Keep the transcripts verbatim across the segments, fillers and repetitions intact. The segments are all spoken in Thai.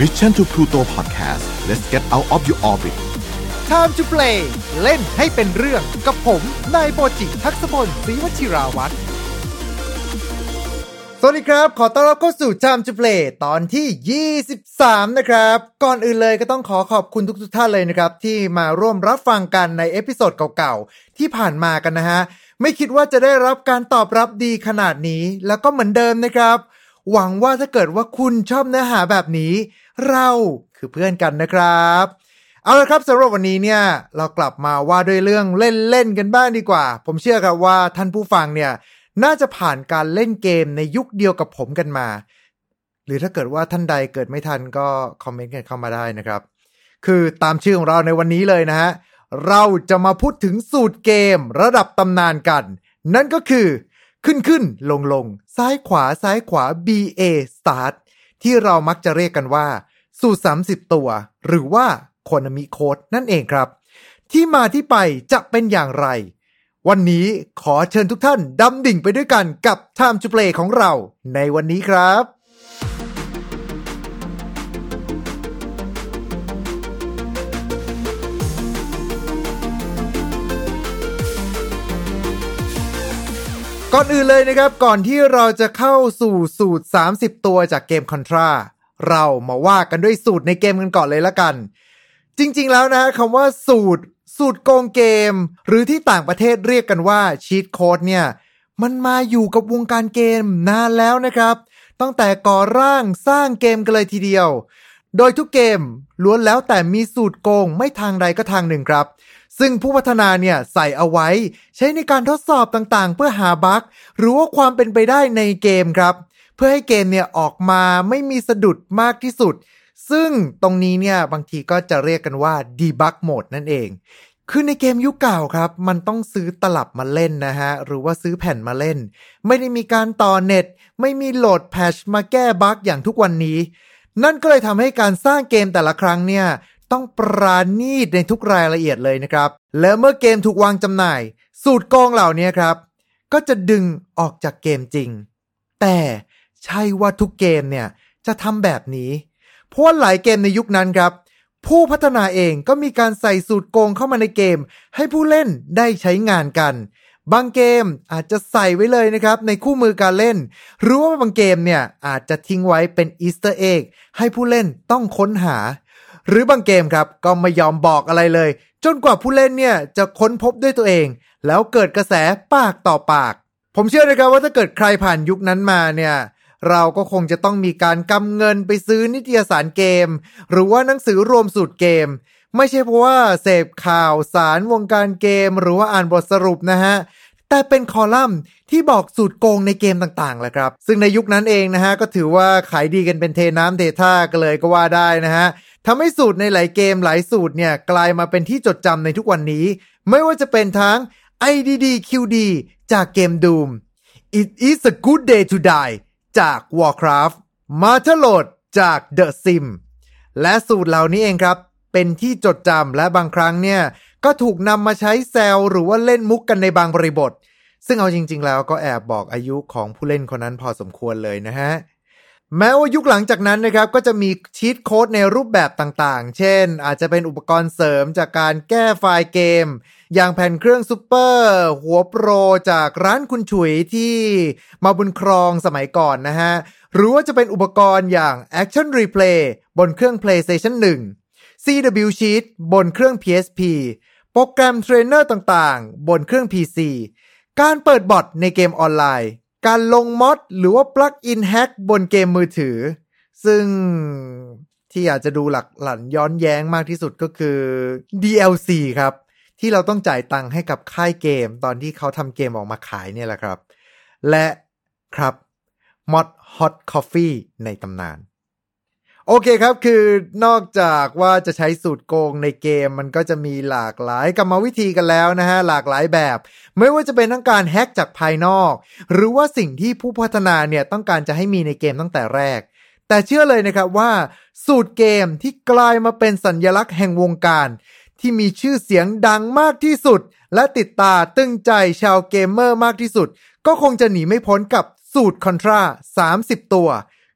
Mission to Pluto Podcast let's get out of your orbit Time to play เล่นให้เป็นเรื่องกับผมนายโปจิทักษพลศรีวชิราวัฒน์สวัสดีครับขอต้อนรับเข้าสู่ Time to Play ตอนที่ยี่สิบสามนะครับก่อนอื่นเลยก็ต้องขอขอบคุณทุกๆท่านเลยนะครับที่มาร่วมรับฟังกันในเอพิโซดเก่าๆที่ผ่านมากันนะฮะไม่คิดว่าจะได้รับการตอบรับดีขนาดนี้แล้วก็เหมือนเดิมนะครับหวังว่าถ้าเกิดว่าคุณชอบเนื้อหาแบบนี้เราคือเพื่อนกันนะครับเอาละครับสำหรับวันนี้เนี่ยเรากลับมาว่าด้วยเรื่องเล่นๆกันบ้างดีกว่าผมเชื่อครับว่าท่านผู้ฟังเนี่ยน่าจะผ่านการเล่นเกมในยุคเดียวกับผมกันมาหรือถ้าเกิดว่าท่านใดเกิดไม่ทันก็คอมเมนต์กันเข้ามาได้นะครับคือตามชื่อของเราในวันนี้เลยนะฮะเราจะมาพูดถึงสูตรเกมระดับตำนานกันนั่นก็คือขึ้นขึ้นลงลงซ้ายขวาซ้ายขวา บี เอ Start ที่เรามักจะเรียกกันว่าสูตรสามสิบตัวหรือว่าKonami Code นั่นเองครับที่มาที่ไปจะเป็นอย่างไรวันนี้ขอเชิญทุกท่านดำดิ่งไปด้วยกันกับ Time to Play ของเราในวันนี้ครับก่อนอื่นเลยนะครับก่อนที่เราจะเข้าสู่สูตรสามสิบตัวจากเกม Contra เรามาว่ากันด้วยสูตรในเกมกันก่อนเลยละกันจริงๆแล้วนะคำว่าสูตรสูตรโกงเกมหรือที่ต่างประเทศเรียกกันว่าชีทโค้ดเนี่ยมันมาอยู่กับวงการเกมนานแล้วนะครับตั้งแต่ก่อร่างสร้างเกมกันเลยทีเดียวโดยทุกเกมล้วนแล้วแต่มีสูตรโกงไม่ทางใดก็ทางหนึ่งครับซึ่งผู้พัฒนาเนี่ยใส่เอาไว้ใช้ในการทดสอบต่างๆเพื่อหาบั๊กหรือว่าความเป็นไปได้ในเกมครับเพื่อให้เกมเนี่ยออกมาไม่มีสะดุดมากที่สุดซึ่งตรงนี้เนี่ยบางทีก็จะเรียกกันว่า debug mode นั่นเองคือในเกมยุคเก่าครับมันต้องซื้อตลับมาเล่นนะฮะหรือว่าซื้อแผ่นมาเล่นไม่ได้มีการต่อเน็ตไม่มีโหลดแพทช์มาแก้บั๊กอย่างทุกวันนี้นั่นก็เลยทำให้การสร้างเกมแต่ละครั้งเนี่ยต้องปราณีตในทุกรายละเอียดเลยนะครับและเมื่อเกมถูกวางจำหน่ายสูตรโกงเหล่านี้ครับก็จะดึงออกจากเกมจริงแต่ใช่ว่าทุกเกมเนี่ยจะทำแบบนี้เพราะหลายเกมในยุคนั้นครับผู้พัฒนาเองก็มีการใส่สูตรโกงเข้ามาในเกมให้ผู้เล่นได้ใช้งานกันบางเกมอาจจะใส่ไว้เลยนะครับในคู่มือการเล่นหรือว่าบางเกมเนี่ยอาจจะทิ้งไว้เป็นอีสเตอร์เอ็กให้ผู้เล่นต้องค้นหาหรือบางเกมครับก็ไม่ยอมบอกอะไรเลยจนกว่าผู้เล่นเนี่ยจะค้นพบด้วยตัวเองแล้วเกิดกระแสปากต่อปากผมเชื่อนะครับว่าถ้าเกิดใครผ่านยุคนั้นมาเนี่ยเราก็คงจะต้องมีการกำเงินไปซื้อนิตยสารเกมหรือว่าหนังสือรวมสูตรเกมไม่ใช่เพราะว่าเสพข่าวสารวงการเกมหรือว่าอ่านบทสรุปนะฮะแต่เป็นคอลัมน์ที่บอกสูตรโกงในเกมต่างๆแหละครับซึ่งในยุคนั้นเองนะฮะก็ถือว่าขายดีกันเป็นเทน้ำเทท่ากันเลยก็ว่าได้นะฮะทำให้สูตรในหลายเกมหลายสูตรเนี่ยกลายมาเป็นที่จดจำในทุกวันนี้ไม่ว่าจะเป็นทั้ง ไอ ดี ดี คิว ดี จากเกม Doom It is a good day to dieจาก Warcraft Martyrlord จาก The Sim และสูตรเหล่านี้เองครับเป็นที่จดจำและบางครั้งเนี่ยก็ถูกนำมาใช้แซวหรือว่าเล่นมุกกันในบางบริบทซึ่งเอาจริงๆแล้วก็แอบบอกอายุของผู้เล่นคนนั้นพอสมควรเลยนะฮะแม้ว่ายุคหลังจากนั้นนะครับก็จะมีชีทโค้ดในรูปแบบต่างๆเช่นอาจจะเป็นอุปกรณ์เสริมจากการแก้ไฟล์เกมอย่างแผ่นเครื่องซุปเปอร์หัวโปรจากร้านคุณฉุยที่มาบุญครองสมัยก่อนนะฮะหรือว่าจะเป็นอุปกรณ์อย่าง Action Replay บนเครื่อง PlayStation หนึ่ง ซี ดับเบิลยู Sheet บนเครื่อง พี เอส พี โปรแกรมเทรนเนอร์ต่างๆบนเครื่อง พี ซี การเปิดบอทในเกมออนไลน์การลงมอดหรือว่าปลั๊กอินแฮกบนเกมมือถือซึ่งที่อาจจะดูหลักหลั่นย้อนแย้งมากที่สุดก็คือ ดี แอล ซี ครับที่เราต้องจ่ายตังค์ให้กับค่ายเกมตอนที่เขาทำเกมออกมาขายเนี่ยแหละครับและครับมอด Hot Coffee ในตำนานโอเคครับคือนอกจากว่าจะใช้สูตรโกงในเกมมันก็จะมีหลากหลายกรรมวิธีกันแล้วนะฮะหลากหลายแบบไม่ว่าจะเป็นทั้งการแฮ็กจากภายนอกหรือว่าสิ่งที่ผู้พัฒนาเนี่ยต้องการจะให้มีในเกมตั้งแต่แรกแต่เชื่อเลยนะครับว่าสูตรเกมที่กลายมาเป็นสัญลักษณ์แห่งวงการที่มีชื่อเสียงดังมากที่สุดและติดตาตึงใจชาวเกมเมอร์มากที่สุดก็คงจะหนีไม่พ้นกับสูตร Contra สามสิบตัว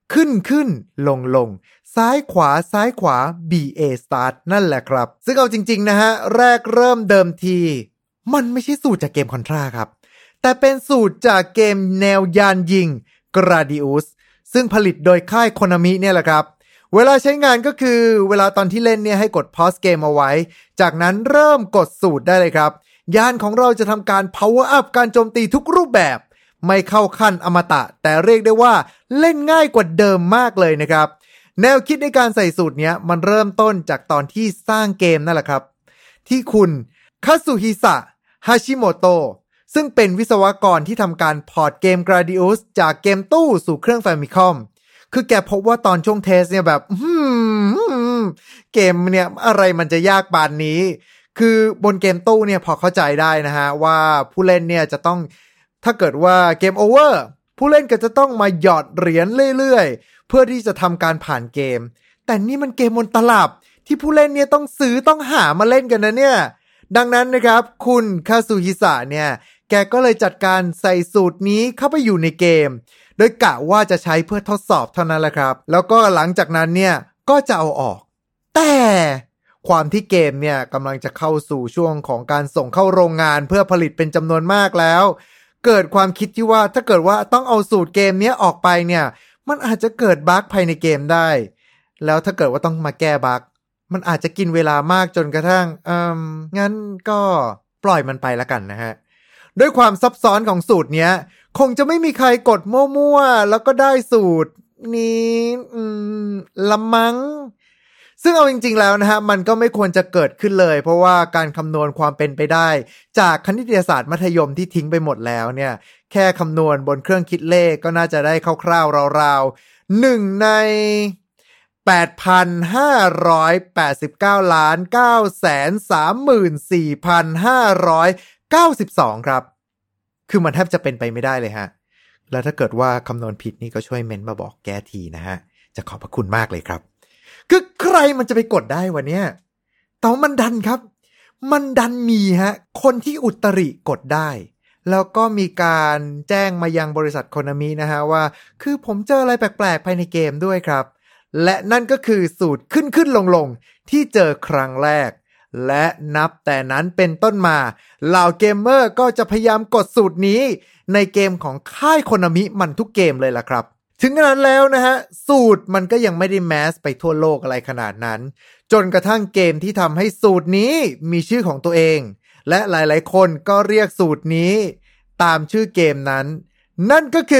ขึ้นขึ้นลงลงซ้ายขวาซ้ายขวา บี เอ Start นั่นแหละครับซึ่งเอาจริงๆนะฮะแรกเริ่มเดิมทีมันไม่ใช่สูตรจากเกม Contra ครับแต่เป็นสูตรจากเกมแนวยานยิง Gradius ซึ่งผลิตโดยค่าย Konami เนี่ยแหละครับเวลาใช้งานก็คือเวลาตอนที่เล่นเนี่ยให้กด pause เกมเอาไว้จากนั้นเริ่มกดสูตรได้เลยครับยานของเราจะทำการ power up การโจมตีทุกรูปแบบไม่เข้าขั้นอมตะแต่เรียกได้ว่าเล่นง่ายกว่าเดิมมากเลยนะครับแนวคิดในการใส่สูตรเนี้ยมันเริ่มต้นจากตอนที่สร้างเกมนั่นแหละครับที่คุณคาซุฮิสะฮาชิโมโตะซึ่งเป็นวิศวกรที่ทำการพอร์ตเกม Gradius จากเกมตู้สู่เครื่อง Famicom คือแกพบว่าตอนช่วงเทสเนี่ยแบบเกมเนี่ยอะไรมันจะยากปานนี้คือบนเกมตู้เนี่ยพอเข้าใจได้นะฮะว่าผู้เล่นเนี่ยจะต้องถ้าเกิดว่าเกมโอเวอร์ผู้เล่นก็จะต้องมาหยอดเหรียญเรื่อยๆเพื่อที่จะทำการผ่านเกมแต่นี่มันเกมบนตลับที่ผู้เล่นเนี่ยต้องซื้อต้องหามาเล่นกันนะเนี่ยดังนั้นนะครับคุณคาซุฮิสะเนี่ยแกก็เลยจัดการใส่สูตรนี้เข้าไปอยู่ในเกมโดยกะว่าจะใช้เพื่อทดสอบเท่านั้นแหละครับแล้วก็หลังจากนั้นเนี่ยก็จะเอาออกแต่ความที่เกมเนี่ยกำลังจะเข้าสู่ช่วงของการส่งเข้าโรงงานเพื่อผลิตเป็นจำนวนมากแล้วเกิดความคิดที่ว่าถ้าเกิดว่าต้องเอาสูตรเกมนี้ออกไปเนี่ยมันอาจจะเกิดบั๊กภายในเกมได้แล้วถ้าเกิดว่าต้องมาแก้บั๊กมันอาจจะกินเวลามากจนกระทั่งอืมงั้นก็ปล่อยมันไปละกันนะฮะด้วยความซับซ้อนของสูตรเนี้ยคงจะไม่มีใครกดมั่วๆแล้วก็ได้สูตรนี้อืมละมั้งซึ่งเอาจริงๆแล้วนะฮะมันก็ไม่ควรจะเกิดขึ้นเลยเพราะว่าการคำนวณความเป็นไปได้จากคณิตศาสตร์มัธยมที่ทิ้งไปหมดแล้วเนี่ยแค่คำนวณบนเครื่องคิดเลขก็น่าจะได้คร่าวๆราวๆหนึ่งใน แปดพันห้าร้อยแปดสิบเก้าล้านเก้าแสนสามหมื่นสี่พันห้าร้อยเก้าสิบสองครับคือมันแทบจะเป็นไปไม่ได้เลยฮะแล้วถ้าเกิดว่าคำนวณผิดนี่ก็ช่วยเม้นมาบอกแก้ทีนะฮะจะขอบพระคุณมากเลยครับคือใครมันจะไปกดได้วะเนี่ยแต่มันดันครับมันดันมีฮะคนที่อุตริกดได้แล้วก็มีการแจ้งมายังบริษัทโคนามินะฮะว่าคือผมเจออะไรแปลกๆภายในเกมด้วยครับและนั่นก็คือสูตรขึ้นขึ้นลงลงที่เจอครั้งแรกและนับแต่นั้นเป็นต้นมาเหล่าเกมเมอร์ก็จะพยายามกดสูตรนี้ในเกมของค่ายโคนามิมันทุกเกมเลยล่ะครับถึงขนาดแล้วนะฮะสูตรมันก็ยังไม่ได้แมสไปทั่วโลกอะไรขนาดนั้นจนกระทั่งเกมที่ทำให้สูตรนี้มีชื่อของตัวเองและหลายๆคนก็เรียกสูตรนี้ตามชื่อเกมนั้นนั่นก็คือ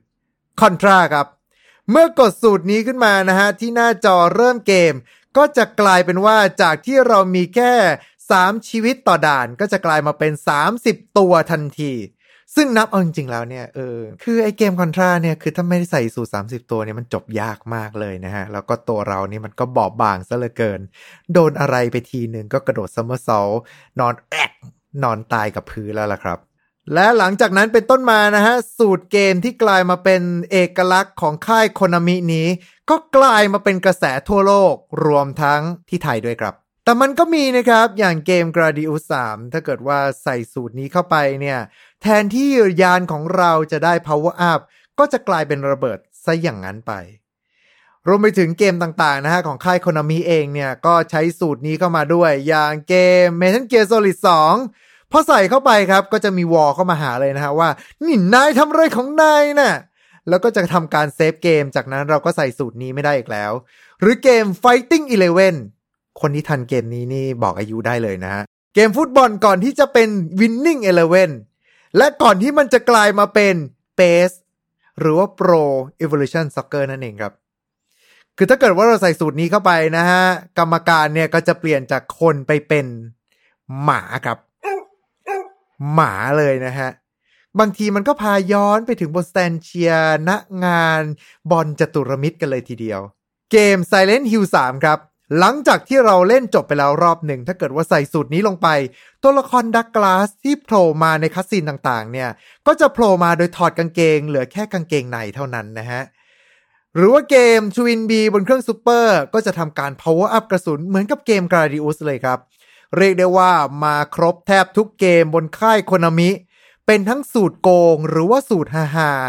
Contra ครับเมื่อกดสูตรนี้ขึ้นมานะฮะที่หน้าจอเริ่มเกมก็จะกลายเป็นว่าจากที่เรามีแค่สามชีวิตต่อด่านก็จะกลายมาเป็นสามสิบตัวทันทีซึ่งนับเอาจริงๆแล้วเนี่ยเออคือไอเกม Contra เนี่ยคือถ้าไม่ได้ใส่สูตรสามสิบตัวเนี่ยมันจบยากมากเลยนะฮะแล้วก็ตัวเรานี่มันก็บอบบางซะเหลือเกินโดนอะไรไปทีนึงก็กระโดดซัมเมอร์ซอลต์นอนแอกนอนตายกับพื้นแล้วล่ะครับและหลังจากนั้นเป็นต้นมานะฮะสูตรเกมที่กลายมาเป็นเอกลักษณ์ของค่ายโคนามินี้ก็กลายมาเป็นกระแสทั่วโลกรวมทั้งที่ไทยด้วยครับแต่มันก็มีนะครับอย่างเกม Gradius สามถ้าเกิดว่าใส่สูตรนี้เข้าไปเนี่ยแทนที่ยานของเราจะได้ power up ก็จะกลายเป็นระเบิดซะอย่างนั้นไปรวมไปถึงเกมต่างๆนะฮะของค่าย Konami เองเนี่ยก็ใช้สูตรนี้เข้ามาด้วยอย่างเกม Metal Gear Solid สองพอใส่เข้าไปครับก็จะมีวอลเข้ามาหาเลยนะฮะว่านี่นายทำอะไรของนายน่ะแล้วก็จะทำการเซฟเกมจากนั้นเราก็ใส่สูตรนี้ไม่ได้อีกแล้วหรือเกม Fighting สิบเอ็ดคนที่ทันเกมนี้นี่บอกอายุได้เลยนะฮะเกมฟุตบอลก่อนที่จะเป็น Winning สิบเอ็ดและก่อนที่มันจะกลายมาเป็น พี อี เอส หรือว่า Pro Evolution Soccer นั่นเองครับคือถ้าเกิดว่าเราใส่สูตรนี้เข้าไปนะฮะกรรมการเนี่ยก็จะเปลี่ยนจากคนไปเป็นหมาครับหมาเลยนะฮะบางทีมันก็พาย้อนไปถึงบนสแตนเชียร์ณงานบอลจตุรมิตรกันเลยทีเดียวเกม Silent Hill สามครับหลังจากที่เราเล่นจบไปแล้วรอบหนึ่งถ้าเกิดว่าใส่สูตรนี้ลงไปตัวละครดักกลาสที่โผล่มาในคัสซีนต่างๆเนี่ยก็จะโผล่มาโดยถอดกางเกงเหลือแค่กางเกงในเท่านั้นนะฮะหรือว่าเกม Twin B บนเครื่องซูเปอร์ก็จะทำการ power up กระสุนเหมือนกับเกม Gradius เลยครับเรียกได้ว่ามาครบแทบทุกเกมบนค่ายโคนามิเป็นทั้งสูตรโกงหรือว่าสูตรฮาๆ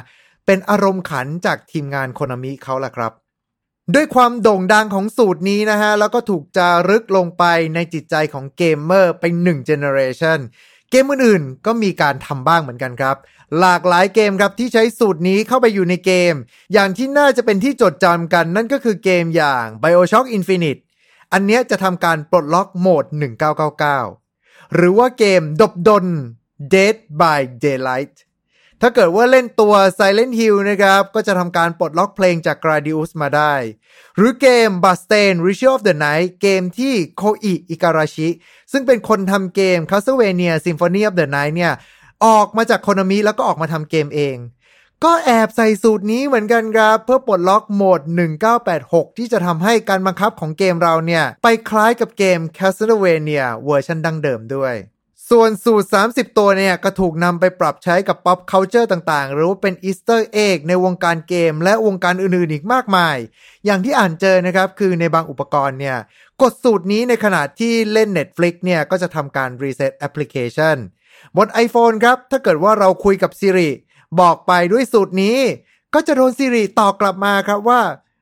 เป็นอารมณ์ขันจากทีมงานโคนามิเขาล่ะครับด้วยความโด่งดังของสูตรนี้นะฮะแล้วก็ถูกจารึกลงไปในจิตใจของเกมเมอร์ไปหนึ่งเจเนอเรชันเกมอื่นๆก็มีการทำบ้างเหมือนกันครับหลากหลายเกมครับที่ใช้สูตรนี้เข้าไปอยู่ในเกมอย่างที่น่าจะเป็นที่จดจำกันนั่นก็คือเกมอย่าง BioShock Infinite อันเนี้ยจะทำการปลดล็อกโหมดหนึ่งเก้าเก้าเก้าหรือว่าเกมดบดล Dead by Daylight ถ้าเกิดว่าเล่นตัว Silent Hill นะครับก็จะทำการปลดล็อกเพลงจาก Gradius มาได้หรือเกม Bloodstained Ritual of the Night เกมที่โคอิอิการาชิซึ่งเป็นคนทำเกม Castlevania Symphony of the Night เนี่ยออกมาจาก Konami แล้วก็ออกมาทำเกมเองก็แอบใส่สูตรนี้เหมือนกันครับเพื่อปลดล็อกโหมดหนึ่งเก้าแปดหกที่จะทำให้การบังคับของเกมเราเนี่ยไปคล้ายกับเกม Castlevania เวอร์ชันดั้งเดิมด้วยส่วนสูตรสามสิบตัวเนี่ยก็ถูกนำไปปรับใช้กับ pop culture ต่างๆหรือว่าเป็น Easter egg ในวงการเกมและวงการอื่นๆอีกมากมายอย่างที่อ่านเจอนะครับคือในบางอุปกรณ์เนี่ยกดสูตรนี้ในขณะที่เล่น Netflix เนี่ยก็จะทำการ reset application บน iPhone ครับถ้าเกิดว่าเราคุยกับ Siri บอกไปด้วยสูตรนี้ก็จะโดน Siri ตอบกลับมาครับว่า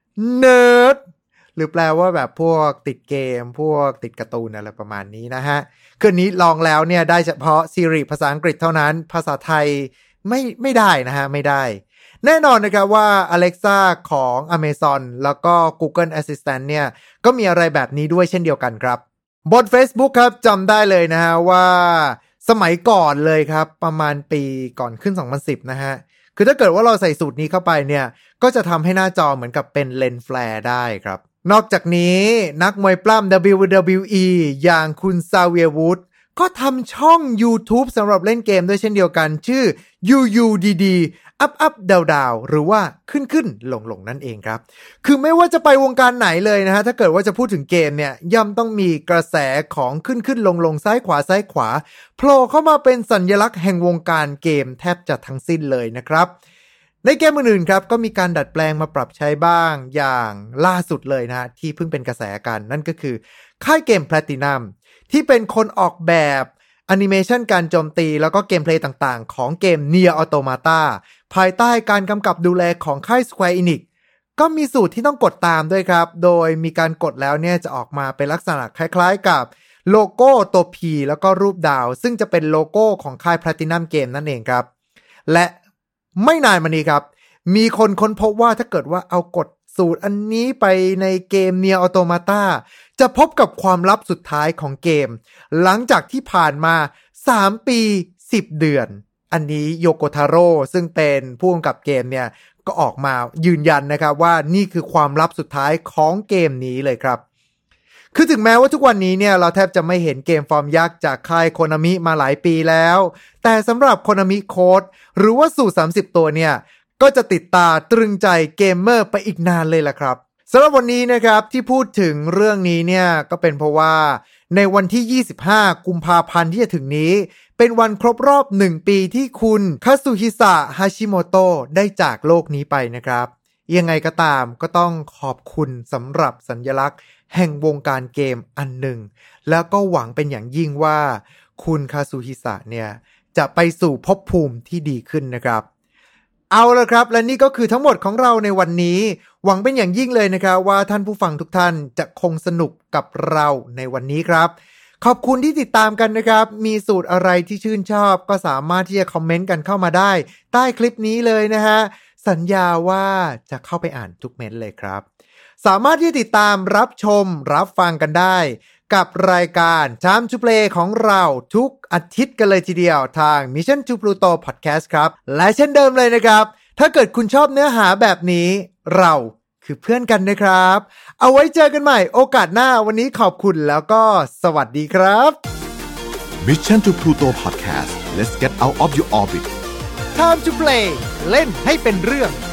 nerd หรือแปลว่าแบบพวกติดเกมพวกติดการ์ตูนอะไรประมาณนี้นะฮะคืนนี้ลองแล้วเนี่ยได้เฉพาะ Siri ภาษาอังกฤษเท่านั้นภาษาไทยไม่ไม่ได้นะฮะไม่ได้แน่นอนนะครับว่า Alexa ของ Amazon แล้วก็ Google Assistant เนี่ยก็มีอะไรแบบนี้ด้วยเช่นเดียวกันครับบน Facebook ครับจำได้เลยนะฮะว่าสมัยก่อนเลยครับประมาณปีก่อนขึ้นสองพันสิบนะฮะคือถ้าเกิดว่าเราใส่สูตรนี้เข้าไปเนี่ยก็จะทำให้หน้าจอเหมือนกับเป็นเลนส์แฟลร์ได้ครับนอกจากนี้นักมวยปล้ำ ดับเบิลยู ดับเบิลยู อี อย่างคุณซาเวียร์วูดก็ทำช่อง YouTube สำหรับเล่นเกมด้วยเช่นเดียวกันชื่อ ยู ยู ดี ดี อัพอัพดาวดาวหรือว่าขึ้นขึ้นลงลงนั่นเองครับคือไม่ว่าจะไปวงการไหนเลยนะฮะถ้าเกิดว่าจะพูดถึงเกมเนี่ยย่อมต้องมีกระแสของขึ้นขึ้นลงลงซ้ายขวาซ้ายขวาโผล่เข้ามาเป็นสัญลักษณ์แห่งวงการเกมแทบจะทั้งสิ้นเลยนะครับในเกมอื่นๆครับก็มีการดัดแปลงมาปรับใช้บ้างอย่างล่าสุดเลยนะที่เพิ่งเป็นกระแสกันนั่นก็คือค่ายเกม Platinum ที่เป็นคนออกแบบแอนิเมชันการโจมตีแล้วก็เกมเพลย์ต่างๆของเกม Nier Automata ภายใต้การกำกับดูแลของค่าย Square Enix ก็มีสูตรที่ต้องกดตามด้วยครับโดยมีการกดแล้วเนี่ยจะออกมาเป็นลักษณะคล้ายๆกับโลโก้ตัว P แล้วก็รูปดาวซึ่งจะเป็นโลโก้ของค่าย Platinum Game นั่นเองครับและไม่นานมานี้ครับมีคนค้นพบว่าถ้าเกิดว่าเอากฎสูตรอันนี้ไปในเกม Nier Automata จะพบกับความลับสุดท้ายของเกมหลังจากที่ผ่านมาสามปีสิบเดือนอันนี้โยโกทาโร่ซึ่งเป็นผู้กำกับเกมเนี่ยก็ออกมายืนยันนะครับว่านี่คือความลับสุดท้ายของเกมนี้เลยครับคือถึงแม้ว่าทุกวันนี้เนี่ยเราแทบจะไม่เห็นเกมฟอร์มยักษ์จากค่ายโคนามิมาหลายปีแล้วแต่สำหรับโคนามิโค้ดหรือว่าสูตรสามสิบตัวเนี่ยก็จะติดตาตรึงใจเกมเมอร์ไปอีกนานเลยล่ะครับสำหรับวันนี้นะครับที่พูดถึงเรื่องนี้เนี่ยก็เป็นเพราะว่าในวันที่ยี่สิบห้ากุมภาพันธ์ที่จะถึงนี้เป็นวันครบรอบหนึ่งปีที่คุณคาซุฮิสะฮาชิโมโตะได้จากโลกนี้ไปนะครับยังไงก็ตามก็ต้องขอบคุณสำหรับสัญลักษณ์แห่งวงการเกมอันหนึ่งแล้วก็หวังเป็นอย่างยิ่งว่าคุณคาซุฮิสะเนี่ยจะไปสู่ภพภูมิที่ดีขึ้นนะครับเอาละครับและนี่ก็คือทั้งหมดของเราในวันนี้หวังเป็นอย่างยิ่งเลยนะครับว่าท่านผู้ฟังทุกท่านจะคงสนุกกับเราในวันนี้ครับขอบคุณที่ติดตามกันนะครับมีสูตรอะไรที่ชื่นชอบก็สามารถที่จะคอมเมนต์กันเข้ามาได้ใต้คลิปนี้เลยนะฮะสัญญาว่าจะเข้าไปอ่านทุกเม้นต์เลยครับสามารถที่จะติดตามรับชมรับฟังกันได้กับรายการ Time to Play ของเราทุกอาทิตย์กันเลยทีเดียวทาง Mission to Pluto Podcast ครับและเช่นเดิมเลยนะครับถ้าเกิดคุณชอบเนื้อหาแบบนี้เราคือเพื่อนกันนะครับเอาไว้เจอกันใหม่โอกาสหน้าวันนี้ขอบคุณแล้วก็สวัสดีครับ Mission to Pluto Podcast Let's get out of your orbit Time to Play เล่นให้เป็นเรื่อง